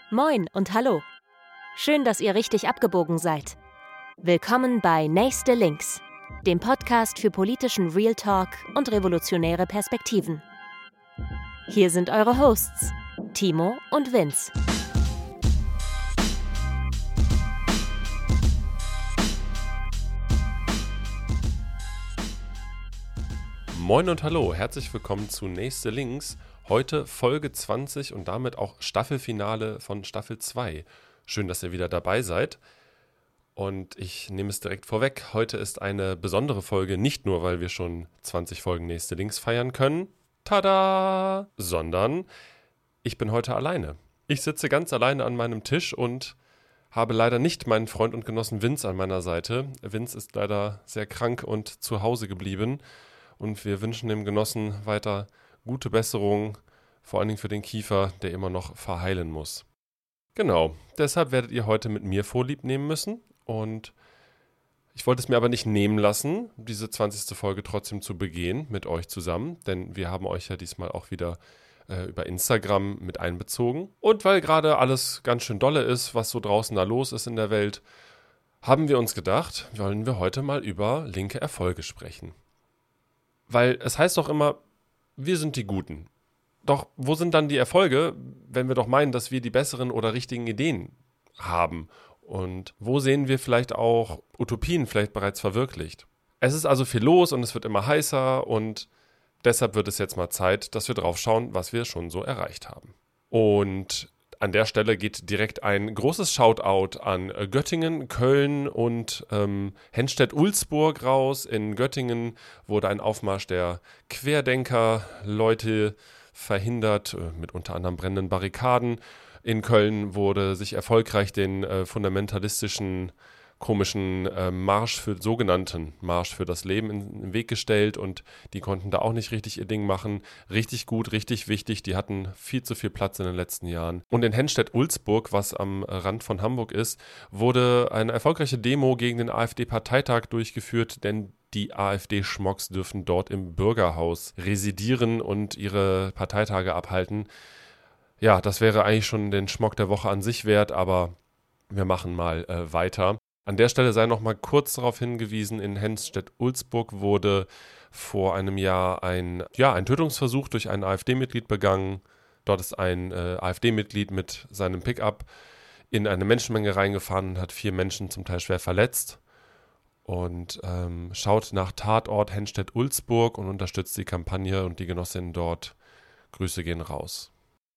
Moin und hallo. Schön, dass ihr richtig abgebogen seid. Willkommen bei Nächste Links, dem Podcast für politischen Real Talk und revolutionäre Perspektiven. Hier sind eure Hosts, Timo und Vince. Moin und hallo, herzlich willkommen zu Nächste Links. Heute Folge 20 und damit auch Staffelfinale von Staffel 2. Schön, dass ihr wieder dabei seid. Und ich nehme es direkt vorweg. Heute ist eine besondere Folge, nicht nur, weil wir schon 20 Folgen Nächste Links feiern können, tada, sondern ich bin heute alleine. Ich sitze ganz alleine an meinem Tisch und habe leider nicht meinen Freund und Genossen Vince an meiner Seite. Vince ist leider sehr krank und zu Hause geblieben. Und wir wünschen dem Genossen weiter gute Besserung, vor allen Dingen für den Kiefer, der immer noch verheilen muss. Genau, deshalb werdet ihr heute mit mir Vorlieb nehmen müssen. Und ich wollte es mir aber nicht nehmen lassen, diese 20. Folge trotzdem zu begehen mit euch zusammen. Denn wir haben euch ja diesmal auch wieder über Instagram mit einbezogen. Und weil gerade alles ganz schön dolle ist, was so draußen da los ist in der Welt, haben wir uns gedacht, wollen wir heute mal über linke Erfolge sprechen. Weil es heißt doch immer, wir sind die Guten. Doch wo sind dann die Erfolge, wenn wir doch meinen, dass wir die besseren oder richtigen Ideen haben? Und wo sehen wir vielleicht auch Utopien vielleicht bereits verwirklicht? Es ist also viel los und es wird immer heißer und deshalb wird es jetzt mal Zeit, dass wir drauf schauen, was wir schon so erreicht haben. Und an der Stelle geht direkt ein großes Shoutout an Göttingen, Köln und Henstedt-Ulzburg raus. In Göttingen wurde ein Aufmarsch der Querdenker-Leute verhindert, mit unter anderem brennenden Barrikaden. In Köln wurde sich erfolgreich den fundamentalistischen, komischen sogenannten Marsch für das Leben in den Weg gestellt und die konnten da auch nicht richtig ihr Ding machen. Richtig gut, richtig wichtig, die hatten viel zu viel Platz in den letzten Jahren. Und in Henstedt-Ulzburg, was am Rand von Hamburg ist, wurde eine erfolgreiche Demo gegen den AfD-Parteitag durchgeführt, denn die AfD-Schmocks dürfen dort im Bürgerhaus residieren und ihre Parteitage abhalten. Ja, das wäre eigentlich schon den Schmock der Woche an sich wert, aber wir machen mal weiter. An der Stelle sei noch mal kurz darauf hingewiesen, in Henstedt-Ulzburg wurde vor einem Jahr ein Tötungsversuch durch ein AfD-Mitglied begangen. Dort ist ein AfD-Mitglied mit seinem Pickup in eine Menschenmenge reingefahren und hat 4 Menschen zum Teil schwer verletzt. Und schaut nach Tatort Henstedt-Ulzburg und unterstützt die Kampagne und die Genossinnen dort. Grüße gehen raus.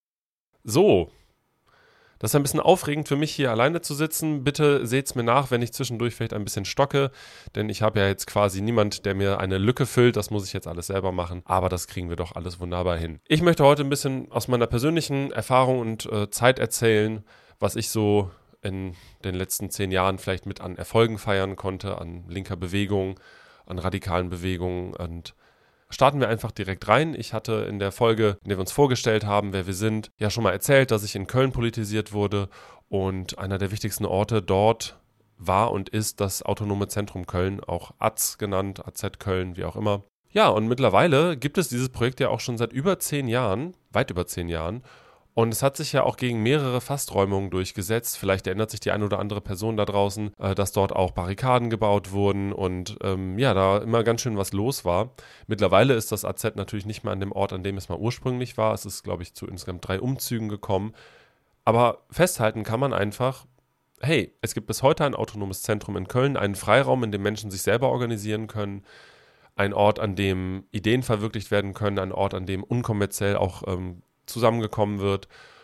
So. Das ist ein bisschen aufregend für mich, hier alleine zu sitzen. Bitte seht's mir nach, wenn ich zwischendurch vielleicht ein bisschen stocke, denn ich habe ja jetzt quasi niemand, der mir eine Lücke füllt. Das muss ich jetzt alles selber machen, aber das kriegen wir doch alles wunderbar hin. Ich möchte heute ein bisschen aus meiner persönlichen Erfahrung und Zeit erzählen, was ich so in den letzten 10 Jahren vielleicht mit an Erfolgen feiern konnte, an linker Bewegung, an radikalen Bewegungen und starten wir einfach direkt rein. Ich hatte in der Folge, in der wir uns vorgestellt haben, wer wir sind, ja schon mal erzählt, dass ich in Köln politisiert wurde und einer der wichtigsten Orte dort war und ist das Autonome Zentrum Köln, auch AZ genannt, AZ Köln, wie auch immer. Ja, und mittlerweile gibt es dieses Projekt ja auch schon seit über 10 Jahren, weit über 10 Jahren. Und es hat sich ja auch gegen mehrere Fasträumungen durchgesetzt. Vielleicht erinnert sich die eine oder andere Person da draußen, dass dort auch Barrikaden gebaut wurden und da immer ganz schön was los war. Mittlerweile ist das AZ natürlich nicht mehr an dem Ort, an dem es mal ursprünglich war. Es ist, glaube ich, zu insgesamt 3 Umzügen gekommen. Aber festhalten kann man einfach, hey, es gibt bis heute ein autonomes Zentrum in Köln, einen Freiraum, in dem Menschen sich selber organisieren können. Ein Ort, an dem Ideen verwirklicht werden können, ein Ort, an dem unkommerziell auch zusammengekommen wird.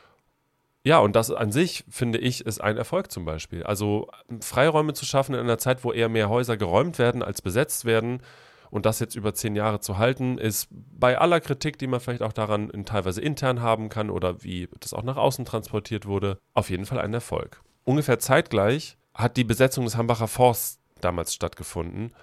Ja, und das an sich, finde ich, ist ein Erfolg zum Beispiel. Also Freiräume zu schaffen in einer Zeit, wo eher mehr Häuser geräumt werden, als besetzt werden und das jetzt über 10 Jahre zu halten, ist bei aller Kritik, die man vielleicht auch daran teilweise intern haben kann oder wie das auch nach außen transportiert wurde, auf jeden Fall ein Erfolg. Ungefähr zeitgleich hat die Besetzung des Hambacher Forsts damals stattgefunden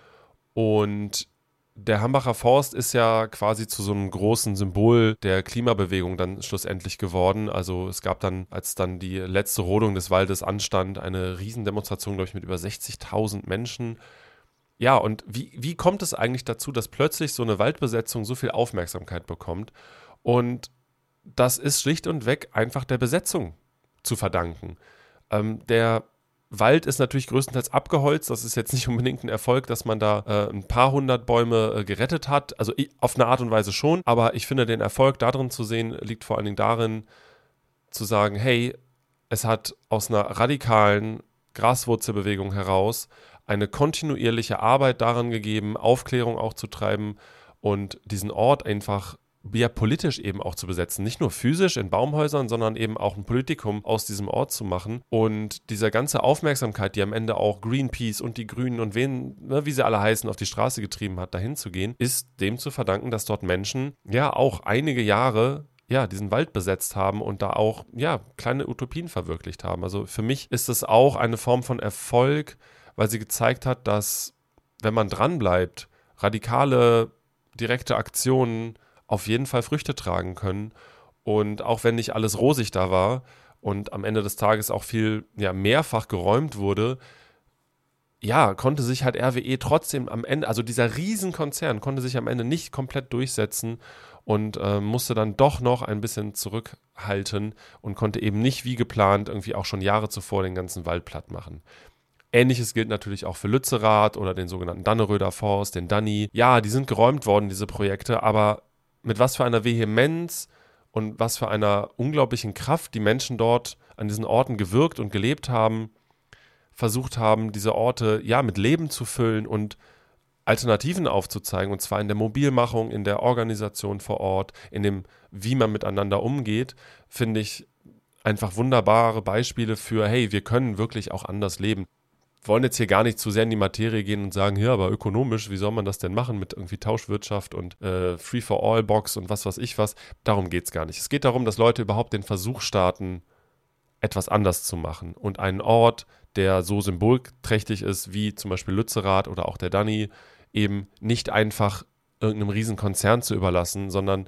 und der Hambacher Forst ist ja quasi zu so einem großen Symbol der Klimabewegung dann schlussendlich geworden. Also es gab dann, als dann die letzte Rodung des Waldes anstand, eine Riesendemonstration, glaube ich, mit über 60.000 Menschen. Ja, und wie kommt es eigentlich dazu, dass plötzlich so eine Waldbesetzung so viel Aufmerksamkeit bekommt? Und das ist schlicht und weg einfach der Besetzung zu verdanken. Der Wald ist natürlich größtenteils abgeholzt. Das ist jetzt nicht unbedingt ein Erfolg, dass man da ein paar hundert Bäume gerettet hat. Also auf eine Art und Weise schon. Aber ich finde, den Erfolg darin zu sehen, liegt vor allen Dingen darin, zu sagen, hey, es hat aus einer radikalen Graswurzelbewegung heraus eine kontinuierliche Arbeit daran gegeben, Aufklärung auch zu treiben und diesen Ort einfach politisch eben auch zu besetzen. Nicht nur physisch in Baumhäusern, sondern eben auch ein Politikum aus diesem Ort zu machen. Und diese ganze Aufmerksamkeit, die am Ende auch Greenpeace und die Grünen und wie sie alle heißen, auf die Straße getrieben hat, dahin zu gehen, ist dem zu verdanken, dass dort Menschen ja auch einige Jahre diesen Wald besetzt haben und da auch kleine Utopien verwirklicht haben. Also für mich ist es auch eine Form von Erfolg, weil sie gezeigt hat, dass, wenn man dranbleibt, radikale, direkte Aktionen auf jeden Fall Früchte tragen können. Und auch wenn nicht alles rosig da war und am Ende des Tages auch viel mehrfach geräumt wurde, konnte sich halt RWE trotzdem am Ende, also dieser Riesenkonzern konnte sich am Ende nicht komplett durchsetzen und musste dann doch noch ein bisschen zurückhalten und konnte eben nicht wie geplant irgendwie auch schon Jahre zuvor den ganzen Wald platt machen. Ähnliches gilt natürlich auch für Lützerath oder den sogenannten Danneröder Forst, den Danny. Ja, die sind geräumt worden, diese Projekte, aber mit was für einer Vehemenz und was für einer unglaublichen Kraft die Menschen dort an diesen Orten gewirkt und gelebt haben, versucht haben, diese Orte mit Leben zu füllen und Alternativen aufzuzeigen, und zwar in der Mobilmachung, in der Organisation vor Ort, in dem, wie man miteinander umgeht, finde ich einfach wunderbare Beispiele für, hey, wir können wirklich auch anders leben. Wollen jetzt hier gar nicht zu sehr in die Materie gehen und sagen, aber ökonomisch, wie soll man das denn machen mit irgendwie Tauschwirtschaft und Free-for-All-Box und was weiß ich was. Darum geht es gar nicht. Es geht darum, dass Leute überhaupt den Versuch starten, etwas anders zu machen und einen Ort, der so symbolträchtig ist, wie zum Beispiel Lützerath oder auch der Danny, eben nicht einfach irgendeinem Riesenkonzern zu überlassen, sondern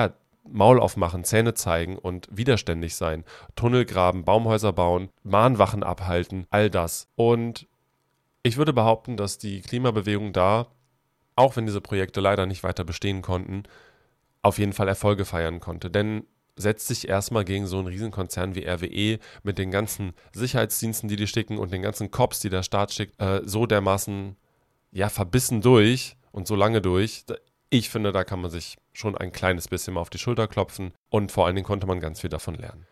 Maul aufmachen, Zähne zeigen und widerständig sein. Tunnel graben, Baumhäuser bauen, Mahnwachen abhalten, all das. Und ich würde behaupten, dass die Klimabewegung da, auch wenn diese Projekte leider nicht weiter bestehen konnten, auf jeden Fall Erfolge feiern konnte. Denn setzt sich erstmal gegen so einen Riesenkonzern wie RWE mit den ganzen Sicherheitsdiensten, die sticken und den ganzen Cops, die der Staat schickt, so dermaßen verbissen durch und so lange durch. Ich finde, da kann man sich schon ein kleines bisschen mal auf die Schulter klopfen und vor allen Dingen konnte man ganz viel davon lernen.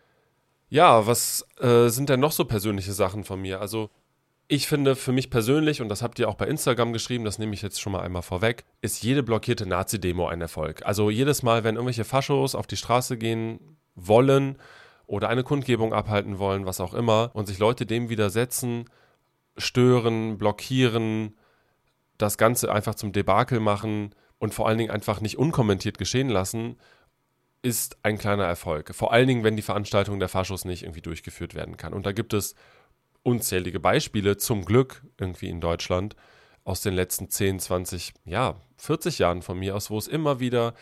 Ja, was sind denn noch so persönliche Sachen von mir? Also ich finde für mich persönlich, und das habt ihr auch bei Instagram geschrieben, das nehme ich jetzt schon mal einmal vorweg, ist jede blockierte Nazi-Demo ein Erfolg. Also jedes Mal, wenn irgendwelche Faschos auf die Straße gehen wollen oder eine Kundgebung abhalten wollen, was auch immer, und sich Leute dem widersetzen, stören, blockieren, das Ganze einfach zum Debakel machen und vor allen Dingen einfach nicht unkommentiert geschehen lassen, ist ein kleiner Erfolg. Vor allen Dingen, wenn die Veranstaltung der Faschos nicht irgendwie durchgeführt werden kann. Und da gibt es unzählige Beispiele, zum Glück irgendwie in Deutschland, aus den letzten 10, 20, 40 Jahren von mir aus, wo es immer wieder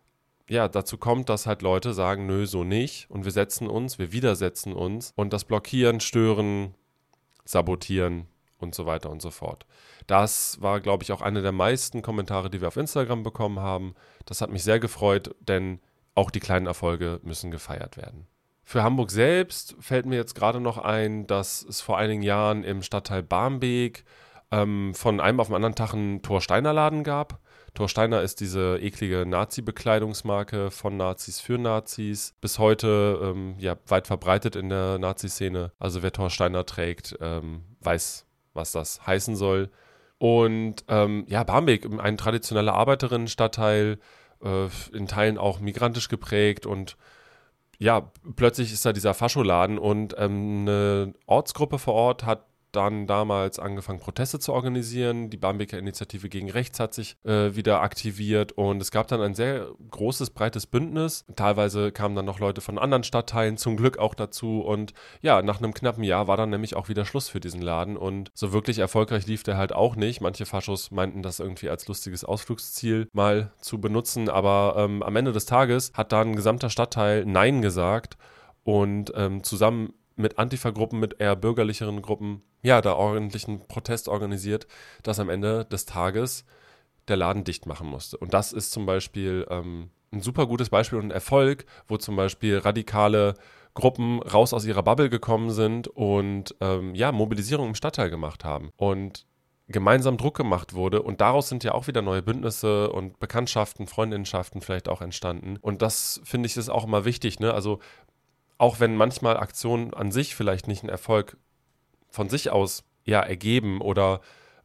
dazu kommt, dass halt Leute sagen, nö, so nicht. Und wir widersetzen uns und das blockieren, stören, sabotieren und so weiter und so fort. Das war, glaube ich, auch eine der meisten Kommentare, die wir auf Instagram bekommen haben. Das hat mich sehr gefreut, denn auch die kleinen Erfolge müssen gefeiert werden. Für Hamburg selbst fällt mir jetzt gerade noch ein, dass es vor einigen Jahren im Stadtteil Barmbek von einem auf den anderen Tag einen Thorsteiner-Laden gab. Thorsteiner ist diese eklige Nazi-Bekleidungsmarke von Nazis für Nazis. Bis heute weit verbreitet in der Nazi-Szene. Also wer Thorsteiner trägt, weiß, was das heißen soll. Und Barmbek, ein traditioneller Arbeiterinnenstadtteil, in Teilen auch migrantisch geprägt und plötzlich ist da dieser Fascholaden und eine Ortsgruppe vor Ort hat dann damals angefangen, Proteste zu organisieren. Die Barmbeker Initiative gegen Rechts hat sich wieder aktiviert und es gab dann ein sehr großes, breites Bündnis. Teilweise kamen dann noch Leute von anderen Stadtteilen zum Glück auch dazu und nach einem knappen Jahr war dann nämlich auch wieder Schluss für diesen Laden und so wirklich erfolgreich lief der halt auch nicht. Manche Faschos meinten, das irgendwie als lustiges Ausflugsziel mal zu benutzen, aber am Ende des Tages hat dann ein gesamter Stadtteil Nein gesagt und zusammen mit Antifa-Gruppen, mit eher bürgerlicheren Gruppen, da ordentlichen Protest organisiert, dass am Ende des Tages der Laden dicht machen musste. Und das ist zum Beispiel ein super gutes Beispiel und ein Erfolg, wo zum Beispiel radikale Gruppen raus aus ihrer Bubble gekommen sind und Mobilisierung im Stadtteil gemacht haben und gemeinsam Druck gemacht wurde. Und daraus sind ja auch wieder neue Bündnisse und Bekanntschaften, Freundinnenschaften vielleicht auch entstanden. Und das, finde ich, ist auch immer wichtig, ne? Also auch wenn manchmal Aktionen an sich vielleicht nicht einen Erfolg von sich aus ergeben oder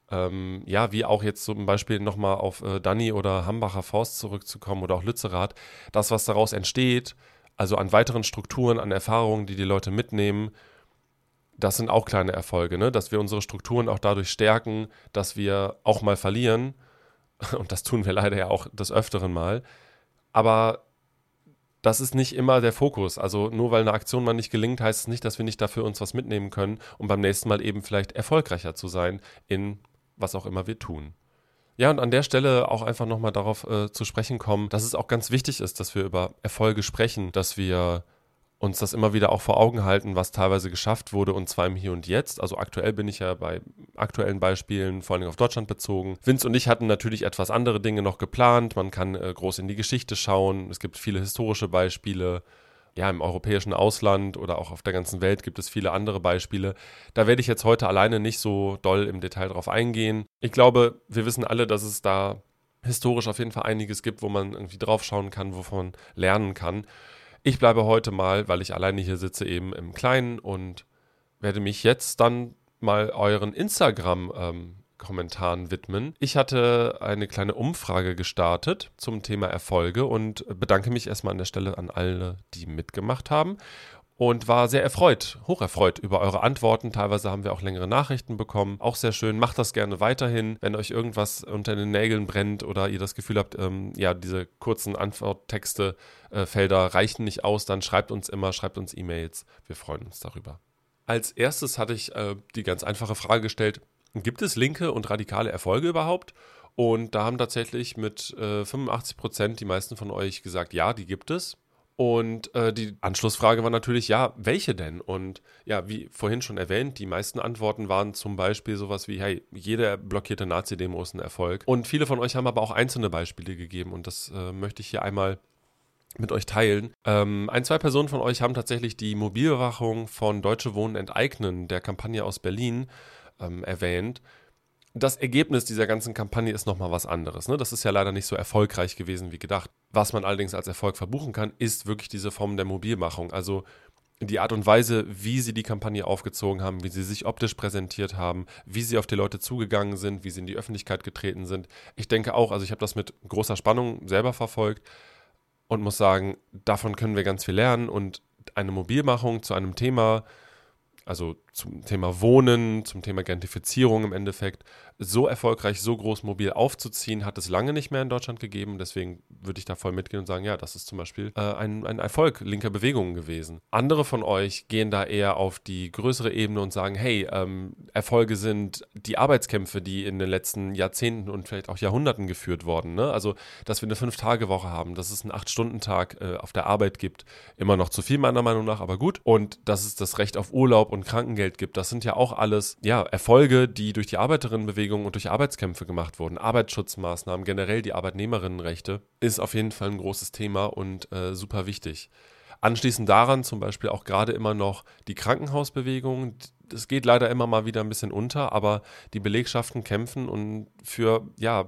wie auch jetzt zum Beispiel nochmal auf Danny oder Hambacher Forst zurückzukommen oder auch Lützerath, das, was daraus entsteht, also an weiteren Strukturen, an Erfahrungen, die Leute mitnehmen, das sind auch kleine Erfolge, ne? Dass wir unsere Strukturen auch dadurch stärken, dass wir auch mal verlieren. Und das tun wir leider ja auch des Öfteren mal. Aber das ist nicht immer der Fokus. Also nur weil eine Aktion mal nicht gelingt, heißt es nicht, dass wir nicht dafür uns was mitnehmen können, um beim nächsten Mal eben vielleicht erfolgreicher zu sein in was auch immer wir tun. Ja, und an der Stelle auch einfach nochmal darauf zu sprechen kommen, dass es auch ganz wichtig ist, dass wir über Erfolge sprechen, dass wir uns das immer wieder auch vor Augen halten, was teilweise geschafft wurde, und zwar im Hier und Jetzt. Also aktuell bin ich ja bei aktuellen Beispielen, vor allem auf Deutschland bezogen. Vince und ich hatten natürlich etwas andere Dinge noch geplant. Man kann groß in die Geschichte schauen. Es gibt viele historische Beispiele. Ja, im europäischen Ausland oder auch auf der ganzen Welt gibt es viele andere Beispiele. Da werde ich jetzt heute alleine nicht so doll im Detail drauf eingehen. Ich glaube, wir wissen alle, dass es da historisch auf jeden Fall einiges gibt, wo man irgendwie drauf schauen kann, wovon man lernen kann. Ich bleibe heute mal, weil ich alleine hier sitze, eben im Kleinen und werde mich jetzt dann mal euren Instagram-Kommentaren widmen. Ich hatte eine kleine Umfrage gestartet zum Thema Erfolge und bedanke mich erstmal an der Stelle an alle, die mitgemacht haben und war sehr hocherfreut über eure Antworten. Teilweise haben wir auch längere Nachrichten bekommen. Auch sehr schön. Macht das gerne weiterhin. Wenn euch irgendwas unter den Nägeln brennt oder ihr das Gefühl habt, diese kurzen Antworttexte, Felder reichen nicht aus, dann schreibt uns E-Mails. Wir freuen uns darüber. Als erstes hatte ich die ganz einfache Frage gestellt, gibt es linke und radikale Erfolge überhaupt? Und da haben tatsächlich mit 85% die meisten von euch gesagt, ja, die gibt es. Und die Anschlussfrage war natürlich, ja, welche denn? Und ja, wie vorhin schon erwähnt, die meisten Antworten waren zum Beispiel sowas wie, hey, jede blockierte Nazi-Demo ist ein Erfolg. Und viele von euch haben aber auch einzelne Beispiele gegeben und das möchte ich hier einmal mit euch teilen. 2 Personen von euch haben tatsächlich die Mobilüberwachung von Deutsche Wohnen enteignen, der Kampagne aus Berlin, erwähnt. Das Ergebnis dieser ganzen Kampagne ist nochmal was anderes, ne? Das ist ja leider nicht so erfolgreich gewesen wie gedacht. Was man allerdings als Erfolg verbuchen kann, ist wirklich diese Form der Mobilmachung. Also die Art und Weise, wie sie die Kampagne aufgezogen haben, wie sie sich optisch präsentiert haben, wie sie auf die Leute zugegangen sind, wie sie in die Öffentlichkeit getreten sind. Ich denke auch, also ich habe das mit großer Spannung selber verfolgt und muss sagen, davon können wir ganz viel lernen. Und eine Mobilmachung zu einem Thema, also zum Thema Wohnen, zum Thema Gentrifizierung im Endeffekt, so erfolgreich, so groß mobil aufzuziehen, hat es lange nicht mehr in Deutschland gegeben. Deswegen würde ich da voll mitgehen und sagen, ja, das ist zum Beispiel ein Erfolg linker Bewegungen gewesen. Andere von euch gehen da eher auf die größere Ebene und sagen, hey, Erfolge sind die Arbeitskämpfe, die in den letzten Jahrzehnten und vielleicht auch Jahrhunderten geführt wurden, ne? Also, dass wir eine 5-Tage-Woche haben, dass es einen 8-Stunden-Tag auf der Arbeit gibt. Immer noch zu viel meiner Meinung nach, aber gut. Und dass es das Recht auf Urlaub und Krankengeld gibt. Das sind ja auch alles Erfolge, die durch die Arbeiterinnenbewegung und durch Arbeitskämpfe gemacht wurden. Arbeitsschutzmaßnahmen, generell die Arbeitnehmerinnenrechte, ist auf jeden Fall ein großes Thema und super wichtig. Anschließend daran zum Beispiel auch gerade immer noch die Krankenhausbewegung. Das geht leider immer mal wieder ein bisschen unter, aber die Belegschaften kämpfen und für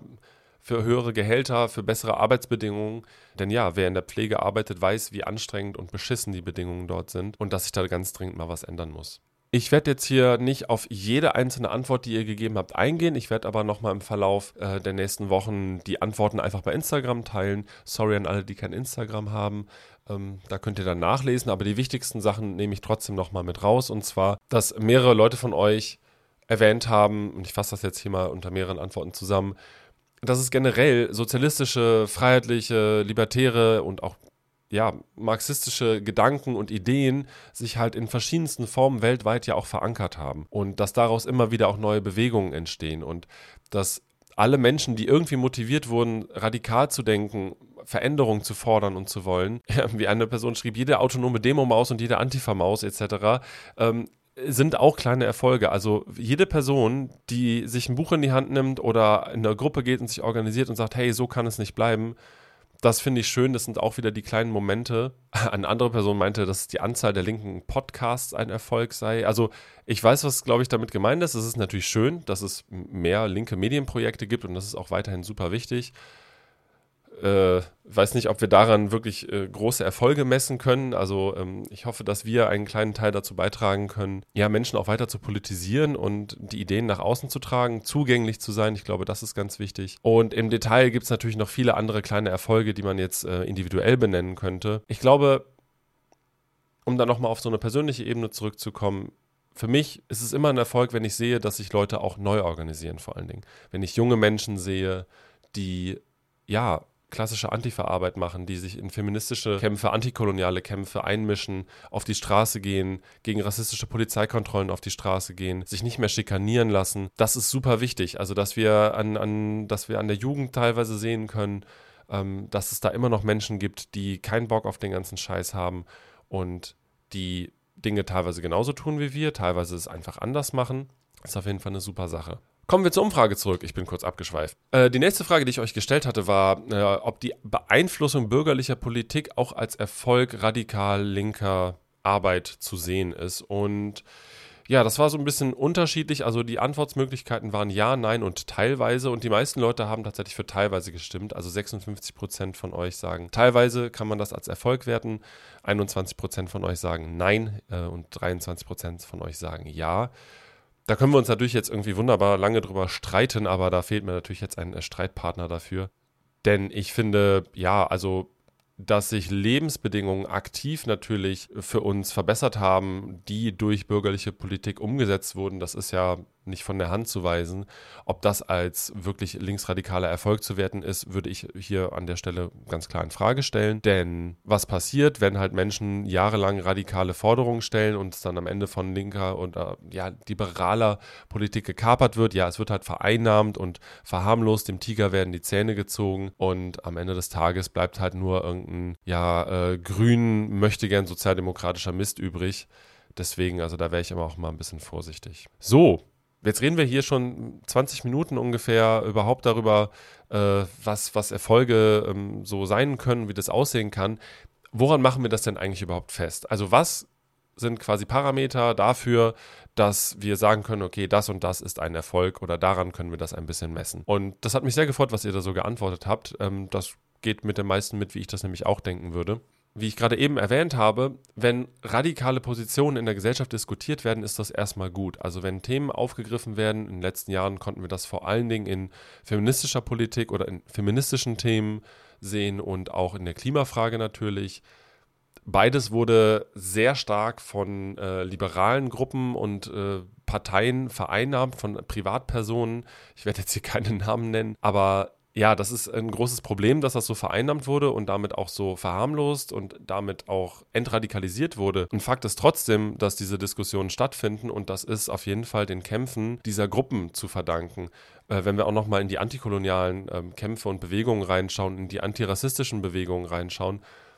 höhere Gehälter, für bessere Arbeitsbedingungen. Denn ja, wer in der Pflege arbeitet, weiß, wie anstrengend und beschissen die Bedingungen dort sind und dass sich da ganz dringend mal was ändern muss. Ich werde jetzt hier nicht auf jede einzelne Antwort, die ihr gegeben habt, eingehen. Ich werde aber nochmal im Verlauf der nächsten Wochen die Antworten einfach bei Instagram teilen. Sorry an alle, die kein Instagram haben. Da könnt ihr dann nachlesen. Aber die wichtigsten Sachen nehme ich trotzdem nochmal mit raus. Und zwar, dass mehrere Leute von euch erwähnt haben, und ich fasse das jetzt hier mal unter mehreren Antworten zusammen, dass es generell sozialistische, freiheitliche, libertäre und auch marxistische Gedanken und Ideen sich halt in verschiedensten Formen weltweit ja auch verankert haben und dass daraus immer wieder auch neue Bewegungen entstehen und dass alle Menschen, die irgendwie motiviert wurden, radikal zu denken, Veränderungen zu fordern und zu wollen, wie eine Person schrieb, jede autonome Demo-Maus und jede Antifa-Maus etc., sind auch kleine Erfolge. Also jede Person, die sich ein Buch in die Hand nimmt oder in eine Gruppe geht und sich organisiert und sagt, hey, so kann es nicht bleiben, Das finde ich schön, das sind auch wieder die kleinen Momente. Eine andere Person meinte, dass die Anzahl der linken Podcasts ein Erfolg sei. Also ich weiß, was, glaube ich, damit gemeint ist. Es ist natürlich schön, dass es mehr linke Medienprojekte gibt und das ist auch weiterhin super wichtig. Weiß nicht, ob wir daran wirklich große Erfolge messen können. Also ich hoffe, dass wir einen kleinen Teil dazu beitragen können, ja, Menschen auch weiter zu politisieren und die Ideen nach außen zu tragen, zugänglich zu sein. Ich glaube, das ist ganz wichtig. Und im Detail gibt es natürlich noch viele andere kleine Erfolge, die man jetzt individuell benennen könnte. Ich glaube, um dann nochmal auf so eine persönliche Ebene zurückzukommen, für mich ist es immer ein Erfolg, wenn ich sehe, dass sich Leute auch neu organisieren, vor allen Dingen. Wenn ich junge Menschen sehe, die, ja, klassische Antifa-Arbeit machen, die sich in feministische Kämpfe, antikoloniale Kämpfe einmischen, auf die Straße gehen, gegen rassistische Polizeikontrollen auf die Straße gehen, sich nicht mehr schikanieren lassen. Das ist super wichtig. Also, dass wir an der Jugend teilweise sehen können, dass es da immer noch Menschen gibt, die keinen Bock auf den ganzen Scheiß haben und die Dinge teilweise genauso tun wie wir, teilweise es einfach anders machen. Das ist auf jeden Fall eine super Sache. Kommen wir zur Umfrage zurück. Ich bin kurz abgeschweift. Die nächste Frage, die ich euch gestellt hatte, war, ob die Beeinflussung bürgerlicher Politik auch als Erfolg radikal linker Arbeit zu sehen ist. Und ja, das war so ein bisschen unterschiedlich. Also die Antwortmöglichkeiten waren ja, nein und teilweise. Und die meisten Leute haben tatsächlich für teilweise gestimmt. Also 56% von euch sagen, teilweise kann man das als Erfolg werten. 21% von euch sagen nein und 23% von euch sagen ja. Da können wir uns natürlich jetzt irgendwie wunderbar lange drüber streiten, aber da fehlt mir natürlich jetzt ein Streitpartner dafür. Denn ich finde, ja, also, dass sich Lebensbedingungen aktiv natürlich für uns verbessert haben, die durch bürgerliche Politik umgesetzt wurden, das ist ja nicht von der Hand zu weisen. Ob das als wirklich linksradikaler Erfolg zu werten ist, würde ich hier an der Stelle ganz klar in Frage stellen. Denn was passiert, wenn halt Menschen jahrelang radikale Forderungen stellen und es dann am Ende von linker und liberaler Politik gekapert wird? Ja, es wird halt vereinnahmt und verharmlost, dem Tiger werden die Zähne gezogen und am Ende des Tages bleibt halt nur irgendein grün, möchtegern sozialdemokratischer Mist übrig. Deswegen, also da wäre ich immer auch mal ein bisschen vorsichtig. So. Jetzt reden wir hier schon 20 Minuten ungefähr überhaupt darüber, was Erfolge so sein können, wie das aussehen kann. Woran machen wir das denn eigentlich überhaupt fest? Also was sind quasi Parameter dafür, dass wir sagen können, okay, das und das ist ein Erfolg oder daran können wir das ein bisschen messen. Und das hat mich sehr gefreut, was ihr da so geantwortet habt. Das geht mit den meisten mit, wie ich das nämlich auch denken würde. Wie ich gerade eben erwähnt habe, wenn radikale Positionen in der Gesellschaft diskutiert werden, ist das erstmal gut. Also wenn Themen aufgegriffen werden, in den letzten Jahren konnten wir das vor allen Dingen in feministischer Politik oder in feministischen Themen sehen und auch in der Klimafrage natürlich. Beides wurde sehr stark von liberalen Gruppen und Parteien vereinnahmt, von Privatpersonen. Ich werde jetzt hier keine Namen nennen, aber ja, das ist ein großes Problem, dass das so vereinnahmt wurde und damit auch so verharmlost und damit auch entradikalisiert wurde. Und Fakt ist trotzdem, dass diese Diskussionen stattfinden und das ist auf jeden Fall den Kämpfen dieser Gruppen zu verdanken. Wenn wir auch nochmal in die antikolonialen Kämpfe und Bewegungen reinschauen, in die antirassistischen Bewegungen reinschauen,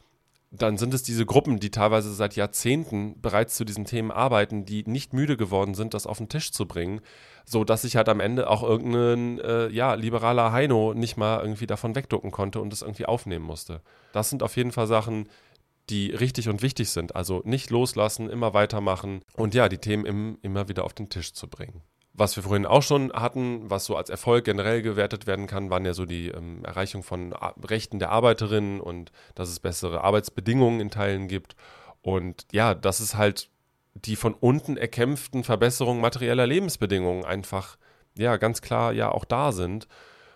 dann sind es diese Gruppen, die teilweise seit Jahrzehnten bereits zu diesen Themen arbeiten, die nicht müde geworden sind, das auf den Tisch zu bringen, so dass sich halt am Ende auch irgendein liberaler Heino nicht mal irgendwie davon wegducken konnte und es irgendwie aufnehmen musste. Das sind auf jeden Fall Sachen, die richtig und wichtig sind. Also nicht loslassen, immer weitermachen und ja, die Themen immer wieder auf den Tisch zu bringen. Was wir vorhin auch schon hatten, was so als Erfolg generell gewertet werden kann, waren ja so die Erreichung von Rechten der Arbeiterinnen und dass es bessere Arbeitsbedingungen in Teilen gibt. Und ja, dass es halt die von unten erkämpften Verbesserungen materieller Lebensbedingungen einfach, ja, ganz klar ja auch da sind.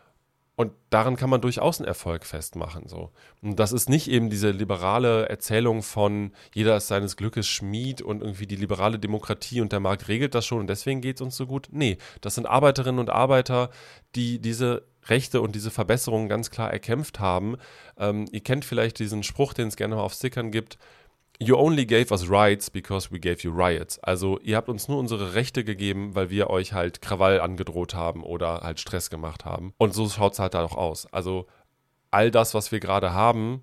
Und daran kann man durchaus einen Erfolg festmachen. So. Und das ist nicht eben diese liberale Erzählung von jeder ist seines Glückes Schmied und irgendwie die liberale Demokratie und der Markt regelt das schon und deswegen geht es uns so gut. Nee, das sind Arbeiterinnen und Arbeiter, die diese Rechte und diese Verbesserungen ganz klar erkämpft haben. Ihr kennt vielleicht diesen Spruch, den es gerne mal auf Stickern gibt. You only gave us rights because we gave you riots. Also ihr habt uns nur unsere Rechte gegeben, weil wir euch halt Krawall angedroht haben oder halt Stress gemacht haben. Und so schaut es halt da auch aus. Also all das, was wir gerade haben,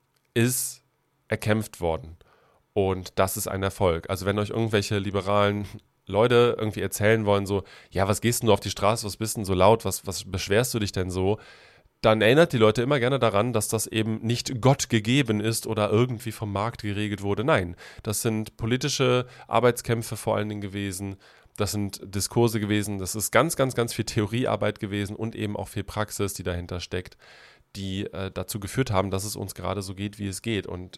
ist erkämpft worden. Und das ist ein Erfolg. Also wenn euch irgendwelche liberalen Leute irgendwie erzählen wollen, so, ja, was gehst denn du auf die Straße, was bist denn so laut, was beschwerst du dich denn so? dann erinnert die Leute immer gerne daran, dass das eben nicht Gott gegeben ist oder irgendwie vom Markt geregelt wurde. Nein, das sind politische Arbeitskämpfe vor allen Dingen gewesen, das sind Diskurse gewesen, das ist ganz, ganz, ganz viel Theoriearbeit gewesen und eben auch viel Praxis, die dahinter steckt, die dazu geführt haben, dass es uns gerade so geht, wie es geht und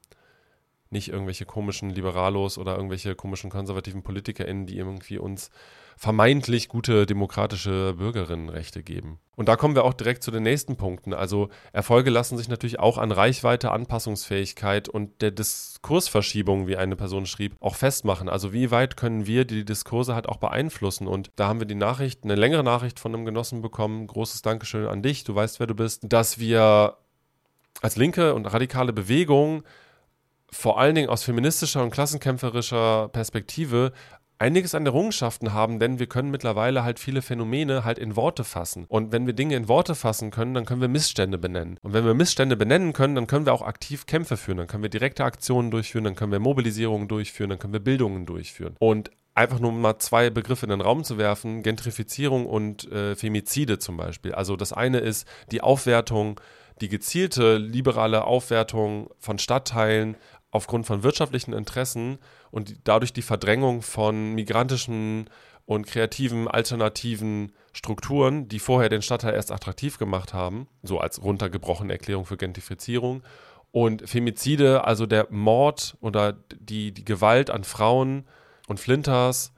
nicht irgendwelche komischen Liberalos oder irgendwelche komischen konservativen PolitikerInnen, die irgendwie uns vermeintlich gute demokratische Bürgerinnenrechte geben. Und da kommen wir auch direkt zu den nächsten Punkten. Also Erfolge lassen sich natürlich auch an Reichweite, Anpassungsfähigkeit und der Diskursverschiebung, wie eine Person schrieb, auch festmachen. Also wie weit können wir die Diskurse halt auch beeinflussen? Und da haben wir die Nachricht, eine längere Nachricht von einem Genossen bekommen, großes Dankeschön an dich, du weißt, wer du bist, dass wir als linke und radikale Bewegung vor allen Dingen aus feministischer und klassenkämpferischer Perspektive einiges an Errungenschaften haben, denn wir können mittlerweile halt viele Phänomene halt in Worte fassen. Und wenn wir Dinge in Worte fassen können, dann können wir Missstände benennen. Und wenn wir Missstände benennen können, dann können wir auch aktiv Kämpfe führen, dann können wir direkte Aktionen durchführen, dann können wir Mobilisierungen durchführen, dann können wir Bildungen durchführen. Und einfach nur mal 2 Begriffe in den Raum zu werfen, Gentrifizierung und Femizide zum Beispiel. Also das eine ist die Aufwertung, die gezielte liberale Aufwertung von Stadtteilen aufgrund von wirtschaftlichen Interessen und dadurch die Verdrängung von migrantischen und kreativen, alternativen Strukturen, die vorher den Stadtteil erst attraktiv gemacht haben, so als runtergebrochene Erklärung für Gentrifizierung. Und Femizide, also der Mord oder die Gewalt an Frauen und Flinters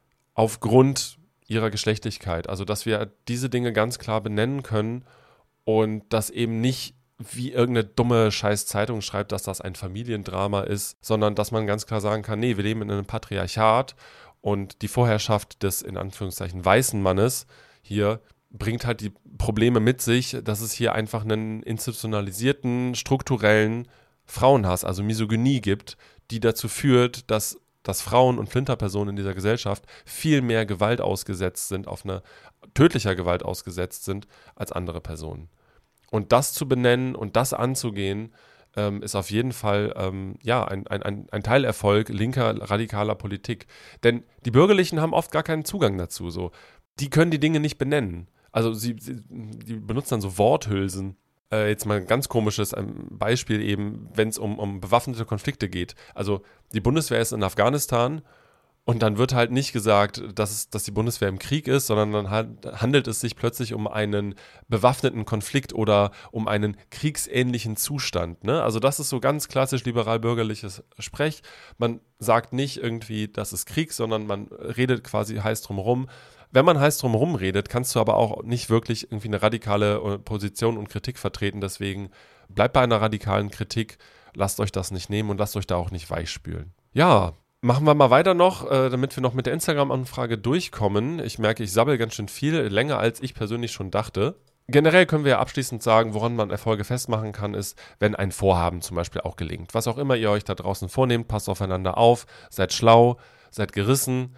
aufgrund ihrer Geschlechtlichkeit. Also dass wir diese Dinge ganz klar benennen können und das eben nicht wie irgendeine dumme scheiß Zeitung schreibt, dass das ein Familiendrama ist, sondern dass man ganz klar sagen kann, nee, wir leben in einem Patriarchat und die Vorherrschaft des, in Anführungszeichen, weißen Mannes hier bringt halt die Probleme mit sich, dass es hier einfach einen institutionalisierten, strukturellen Frauenhass, also Misogynie gibt, die dazu führt, dass Frauen und Flinterpersonen in dieser Gesellschaft viel mehr Gewalt ausgesetzt sind, auf eine tödlicher Gewalt ausgesetzt sind als andere Personen. Und das zu benennen und das anzugehen, ist auf jeden Fall ein Teilerfolg linker, radikaler Politik. Denn die Bürgerlichen haben oft gar keinen Zugang dazu. So. Die können die Dinge nicht benennen. Also die benutzen dann so Worthülsen. Jetzt mal ein ganz komisches Beispiel eben, wenn es um bewaffnete Konflikte geht. Also die Bundeswehr ist in Afghanistan und dann wird halt nicht gesagt, dass die Bundeswehr im Krieg ist, sondern dann handelt es sich plötzlich um einen bewaffneten Konflikt oder um einen kriegsähnlichen Zustand. Ne? Also das ist so ganz klassisch liberal-bürgerliches Sprech. Man sagt nicht irgendwie, das ist Krieg, sondern man redet quasi heiß drumherum. Wenn man heiß drumherum redet, kannst du aber auch nicht wirklich irgendwie eine radikale Position und Kritik vertreten. Deswegen bleibt bei einer radikalen Kritik, lasst euch das nicht nehmen und lasst euch da auch nicht weichspülen. Ja, machen wir mal weiter noch, damit wir noch mit der Instagram-Anfrage durchkommen. Ich merke, ich sabbel ganz schön viel, länger als ich persönlich schon dachte. Generell können wir ja abschließend sagen, woran man Erfolge festmachen kann, ist, wenn ein Vorhaben zum Beispiel auch gelingt. Was auch immer ihr euch da draußen vornehmt, passt aufeinander auf, seid schlau, seid gerissen.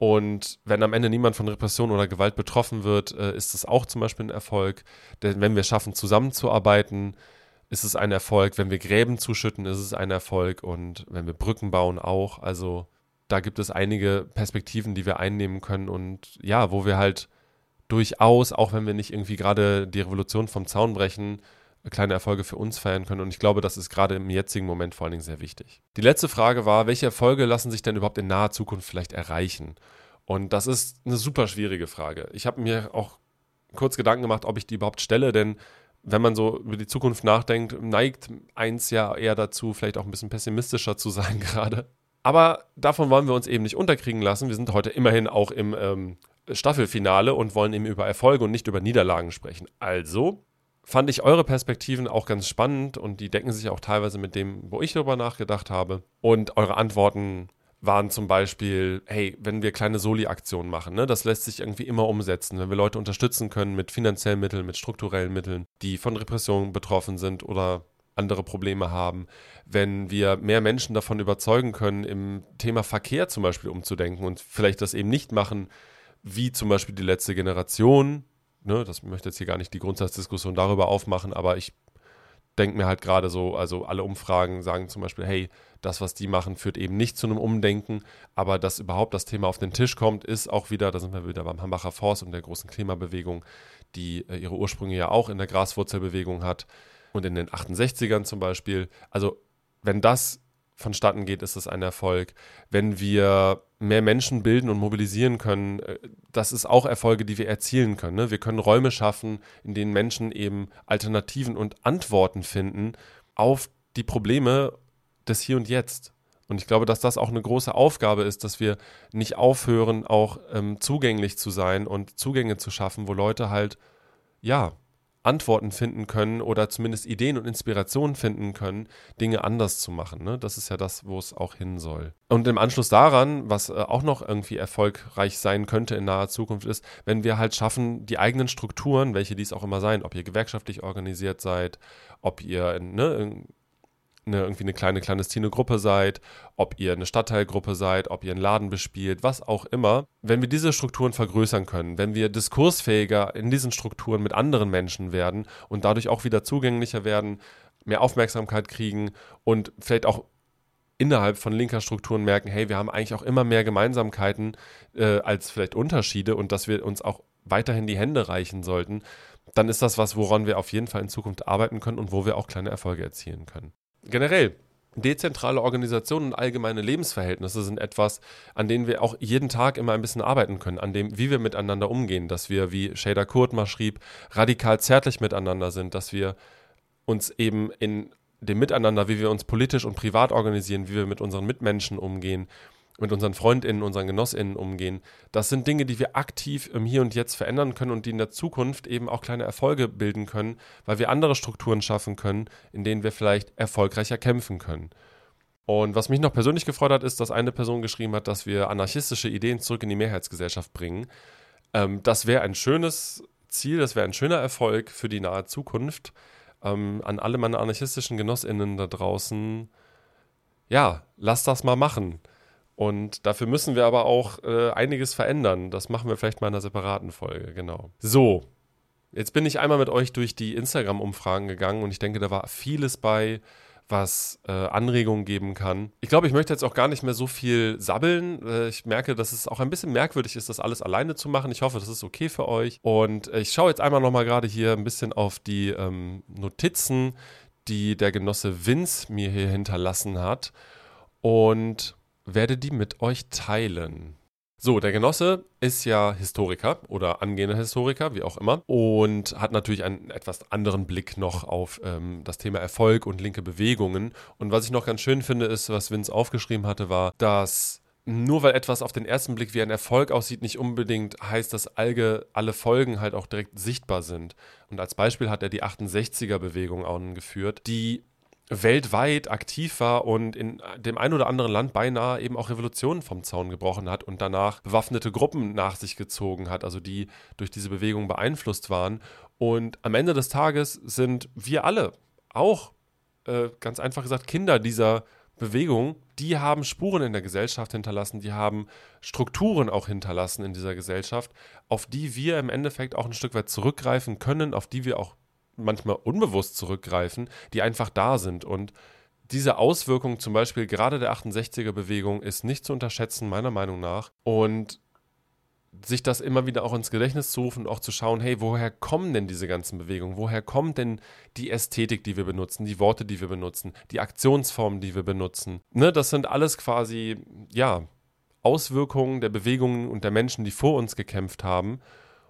Und wenn am Ende niemand von Repression oder Gewalt betroffen wird, ist es auch zum Beispiel ein Erfolg. Denn wenn wir schaffen, zusammenzuarbeiten, ist es ein Erfolg. Wenn wir Gräben zuschütten, ist es ein Erfolg. Und wenn wir Brücken bauen, auch. Also da gibt es einige Perspektiven, die wir einnehmen können. Und ja, wo wir halt durchaus, auch wenn wir nicht irgendwie gerade die Revolution vom Zaun brechen, kleine Erfolge für uns feiern können. Und ich glaube, das ist gerade im jetzigen Moment vor allen Dingen sehr wichtig. Die letzte Frage war, welche Erfolge lassen sich denn überhaupt in naher Zukunft vielleicht erreichen? Und das ist eine super schwierige Frage. Ich habe mir auch kurz Gedanken gemacht, ob ich die überhaupt stelle, denn wenn man so über die Zukunft nachdenkt, neigt eins ja eher dazu, vielleicht auch ein bisschen pessimistischer zu sein gerade. Aber davon wollen wir uns eben nicht unterkriegen lassen. Wir sind heute immerhin auch im Staffelfinale und wollen eben über Erfolge und nicht über Niederlagen sprechen. Also fand ich eure Perspektiven auch ganz spannend und die decken sich auch teilweise mit dem, wo ich darüber nachgedacht habe. Und eure Antworten waren zum Beispiel, hey, wenn wir kleine Soli-Aktionen machen, ne, das lässt sich irgendwie immer umsetzen, wenn wir Leute unterstützen können mit finanziellen Mitteln, mit strukturellen Mitteln, die von Repressionen betroffen sind oder andere Probleme haben, wenn wir mehr Menschen davon überzeugen können, im Thema Verkehr zum Beispiel umzudenken und vielleicht das eben nicht machen, wie zum Beispiel die letzte Generation, ne, das möchte jetzt hier gar nicht die Grundsatzdiskussion darüber aufmachen, aber ich denke mir halt gerade so, also alle Umfragen sagen zum Beispiel, hey, das, was die machen, führt eben nicht zu einem Umdenken, aber dass überhaupt das Thema auf den Tisch kommt, ist auch wieder, da sind wir wieder beim Hambacher Forst und der großen Klimabewegung, die ihre Ursprünge ja auch in der Graswurzelbewegung hat und in den 68ern zum Beispiel. Also wenn das vonstatten geht, ist es ein Erfolg. Wenn wir mehr Menschen bilden und mobilisieren können, das ist auch Erfolge, die wir erzielen können. Ne? Wir können Räume schaffen, in denen Menschen eben Alternativen und Antworten finden auf die Probleme des Hier und Jetzt. Und ich glaube, dass das auch eine große Aufgabe ist, dass wir nicht aufhören, auch zugänglich zu sein und Zugänge zu schaffen, wo Leute halt, ja, Antworten finden können oder zumindest Ideen und Inspirationen finden können, Dinge anders zu machen. Ne? Das ist ja das, wo es auch hin soll. Und im Anschluss daran, was auch noch irgendwie erfolgreich sein könnte in naher Zukunft, ist, wenn wir halt schaffen, die eigenen Strukturen, welche dies auch immer sein, ob ihr gewerkschaftlich organisiert seid, ob ihr irgendwie eine kleine clandestine Gruppe seid, ob ihr eine Stadtteilgruppe seid, ob ihr einen Laden bespielt, was auch immer. Wenn wir diese Strukturen vergrößern können, wenn wir diskursfähiger in diesen Strukturen mit anderen Menschen werden und dadurch auch wieder zugänglicher werden, mehr Aufmerksamkeit kriegen und vielleicht auch innerhalb von linker Strukturen merken, hey, wir haben eigentlich auch immer mehr Gemeinsamkeiten als vielleicht Unterschiede und dass wir uns auch weiterhin die Hände reichen sollten, dann ist das was, woran wir auf jeden Fall in Zukunft arbeiten können und wo wir auch kleine Erfolge erzielen können. Generell, dezentrale Organisationen und allgemeine Lebensverhältnisse sind etwas, an denen wir auch jeden Tag immer ein bisschen arbeiten können, an dem, wie wir miteinander umgehen, dass wir, wie Shader Kurt mal schrieb, radikal zärtlich miteinander sind, dass wir uns eben in dem Miteinander, wie wir uns politisch und privat organisieren, wie wir mit unseren Mitmenschen umgehen, mit unseren FreundInnen, unseren GenossInnen umgehen. Das sind Dinge, die wir aktiv im Hier und Jetzt verändern können und die in der Zukunft eben auch kleine Erfolge bilden können, weil wir andere Strukturen schaffen können, in denen wir vielleicht erfolgreicher kämpfen können. Und was mich noch persönlich gefreut hat, ist, dass eine Person geschrieben hat, dass wir anarchistische Ideen zurück in die Mehrheitsgesellschaft bringen. Das wäre ein schönes Ziel, das wäre ein schöner Erfolg für die nahe Zukunft. An alle meine anarchistischen GenossInnen da draußen, ja, lasst das mal machen. Und dafür müssen wir aber auch einiges verändern. Das machen wir vielleicht mal in einer separaten Folge, genau. So, jetzt bin ich einmal mit euch durch die Instagram-Umfragen gegangen und ich denke, da war vieles bei, was Anregungen geben kann. Ich glaube, ich möchte jetzt auch gar nicht mehr so viel sabbeln. Ich merke, dass es auch ein bisschen merkwürdig ist, das alles alleine zu machen. Ich hoffe, das ist okay für euch. Und ich schaue jetzt einmal nochmal gerade hier ein bisschen auf die Notizen, die der Genosse Vince mir hier hinterlassen hat. Und werde die mit euch teilen. So, der Genosse ist ja Historiker oder angehender Historiker, wie auch immer, und hat natürlich einen etwas anderen Blick noch auf das Thema Erfolg und linke Bewegungen. Und was ich noch ganz schön finde, ist, was Vince aufgeschrieben hatte, war, dass nur weil etwas auf den ersten Blick wie ein Erfolg aussieht, nicht unbedingt heißt, dass alle Folgen halt auch direkt sichtbar sind. Und als Beispiel hat er die 68er-Bewegung angeführt, die weltweit aktiv war und in dem ein oder anderen Land beinahe eben auch Revolutionen vom Zaun gebrochen hat und danach bewaffnete Gruppen nach sich gezogen hat, also die durch diese Bewegung beeinflusst waren. Und am Ende des Tages sind wir alle auch, ganz einfach gesagt, Kinder dieser Bewegung. Die haben Spuren in der Gesellschaft hinterlassen, die haben Strukturen auch hinterlassen in dieser Gesellschaft, auf die wir im Endeffekt auch ein Stück weit zurückgreifen können, auf die wir auch manchmal unbewusst zurückgreifen, die einfach da sind. Und diese Auswirkung zum Beispiel gerade der 68er-Bewegung ist nicht zu unterschätzen, meiner Meinung nach. Und sich das immer wieder auch ins Gedächtnis zu rufen und auch zu schauen, hey, woher kommen denn diese ganzen Bewegungen? Woher kommt denn die Ästhetik, die wir benutzen, die Worte, die wir benutzen, die Aktionsformen, die wir benutzen? Ne, das sind alles quasi, ja, Auswirkungen der Bewegungen und der Menschen, die vor uns gekämpft haben.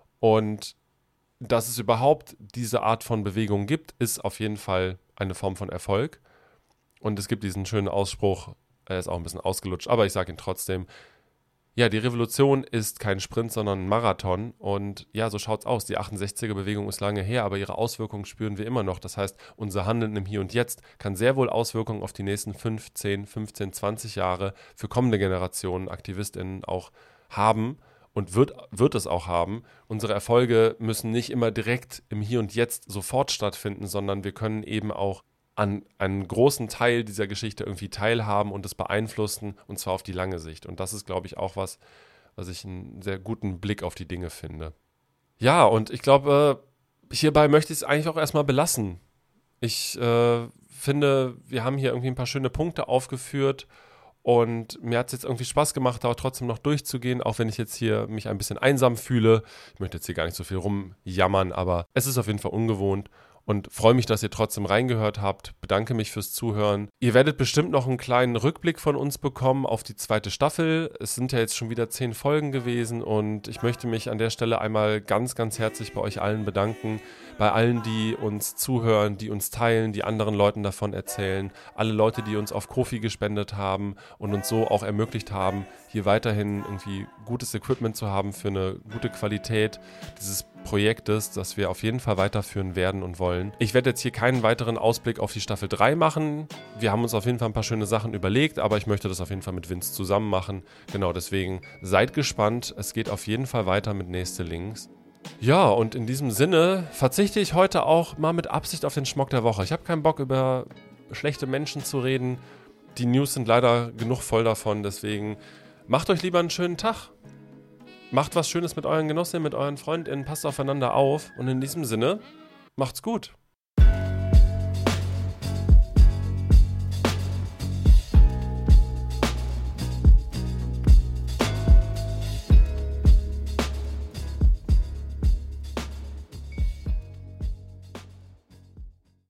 Und dass es überhaupt diese Art von Bewegung gibt, ist auf jeden Fall eine Form von Erfolg. Und es gibt diesen schönen Ausspruch, er ist auch ein bisschen ausgelutscht, aber ich sage ihn trotzdem. Ja, die Revolution ist kein Sprint, sondern ein Marathon. Und ja, so schaut's aus. Die 68er-Bewegung ist lange her, aber ihre Auswirkungen spüren wir immer noch. Das heißt, unser Handeln im Hier und Jetzt kann sehr wohl Auswirkungen auf die nächsten 5, 10, 15, 20 Jahre für kommende Generationen, AktivistInnen auch haben. Und wird es auch haben. Unsere Erfolge müssen nicht immer direkt im Hier und Jetzt sofort stattfinden, sondern wir können eben auch an einen großen Teil dieser Geschichte irgendwie teilhaben und es beeinflussen, und zwar auf die lange Sicht. Und das ist, glaube ich, auch was ich einen sehr guten Blick auf die Dinge finde. Ja, und ich glaube, hierbei möchte ich es eigentlich auch erstmal belassen. Ich finde, wir haben hier irgendwie ein paar schöne Punkte aufgeführt Und mir hat es jetzt irgendwie Spaß gemacht, da auch trotzdem noch durchzugehen, auch wenn ich jetzt hier mich ein bisschen einsam fühle. Ich möchte jetzt hier gar nicht so viel rumjammern, aber es ist auf jeden Fall ungewohnt. Und freue mich, dass ihr trotzdem reingehört habt. Bedanke mich fürs Zuhören. Ihr werdet bestimmt noch einen kleinen Rückblick von uns bekommen auf die 2. Staffel. Es sind ja jetzt schon wieder 10 Folgen gewesen und ich möchte mich an der Stelle einmal ganz, ganz herzlich bei euch allen bedanken. Bei allen, die uns zuhören, die uns teilen, die anderen Leuten davon erzählen. Alle Leute, die uns auf Ko-fi gespendet haben und uns so auch ermöglicht haben, hier weiterhin irgendwie gutes Equipment zu haben für eine gute Qualität dieses Projektes, das wir auf jeden Fall weiterführen werden und wollen. Ich werde jetzt hier keinen weiteren Ausblick auf die Staffel 3 machen. Wir haben uns auf jeden Fall ein paar schöne Sachen überlegt, aber ich möchte das auf jeden Fall mit Vince zusammen machen. Genau, deswegen seid gespannt. Es geht auf jeden Fall weiter mit Nächste Links. Ja, und in diesem Sinne verzichte ich heute auch mal mit Absicht auf den Schmock der Woche. Ich habe keinen Bock, über schlechte Menschen zu reden. Die News sind leider genug voll davon, deswegen macht euch lieber einen schönen Tag. Macht was Schönes mit euren Genossinnen, mit euren FreundInnen, passt aufeinander auf und in diesem Sinne, macht's gut.